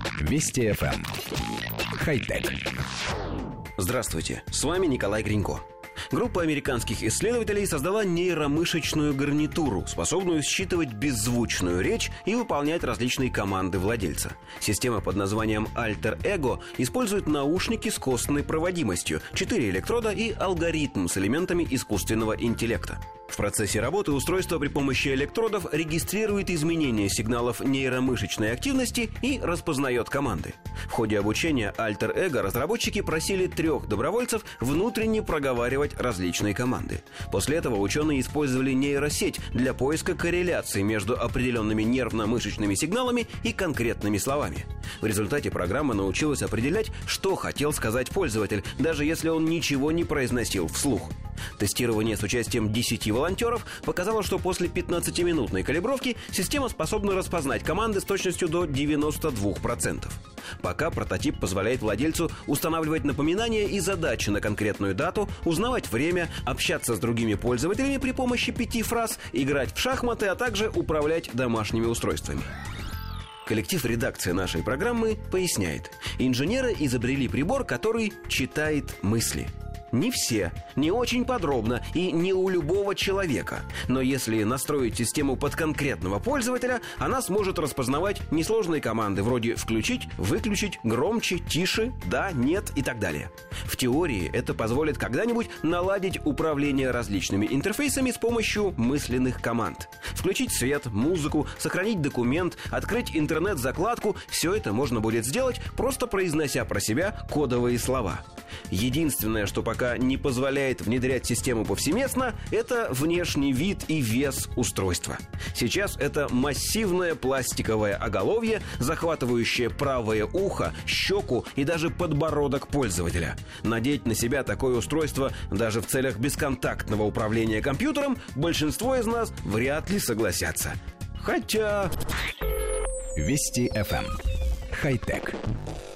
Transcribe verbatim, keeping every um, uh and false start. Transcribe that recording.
Вести эф эм. Хай-тек. Здравствуйте, с вами Николай Гринько. Группа американских исследователей создала нейромышечную гарнитуру, способную считывать беззвучную речь и выполнять различные команды владельца. Система под названием Alter Ego использует наушники с костной проводимостью, четыре электрода и алгоритм с элементами искусственного интеллекта. В процессе работы устройство при помощи электродов регистрирует изменения сигналов нейромышечной активности и распознает команды. В ходе обучения Alter Ego разработчики просили трех добровольцев внутренне проговаривать различные команды. После этого ученые использовали нейросеть для поиска корреляции между определенными нервно-мышечными сигналами и конкретными словами. В результате программа научилась определять, что хотел сказать пользователь, даже если он ничего не произносил вслух. Тестирование с участием десяти волонтеров показало, что после пятнадцатиминутной калибровки система способна распознать команды с точностью до девяноста двух процентов. Пока прототип позволяет владельцу устанавливать напоминания и задачи на конкретную дату, узнавать время, общаться с другими пользователями при помощи пяти фраз, играть в шахматы, а также управлять домашними устройствами. Коллектив редакции нашей программы поясняет. Инженеры изобрели прибор, который читает мысли. Не все, не очень подробно и не у любого человека. Но если настроить систему под конкретного пользователя, она сможет распознавать несложные команды вроде «включить», «выключить», «громче», «тише», «да», «нет» и так далее. В теории это позволит когда-нибудь наладить управление различными интерфейсами с помощью мысленных команд. Включить свет, музыку, сохранить документ, открыть интернет-закладку – все это можно будет сделать, просто произнося про себя кодовые слова. Единственное, что пока не позволяет внедрять систему повсеместно, это внешний вид и вес устройства. Сейчас это массивное пластиковое оголовье, захватывающее правое ухо, щеку и даже подбородок пользователя. Надеть на себя такое устройство даже в целях бесконтактного управления компьютером большинство из нас вряд ли согласятся. Хотя... Вести эф эм. Хай-тек.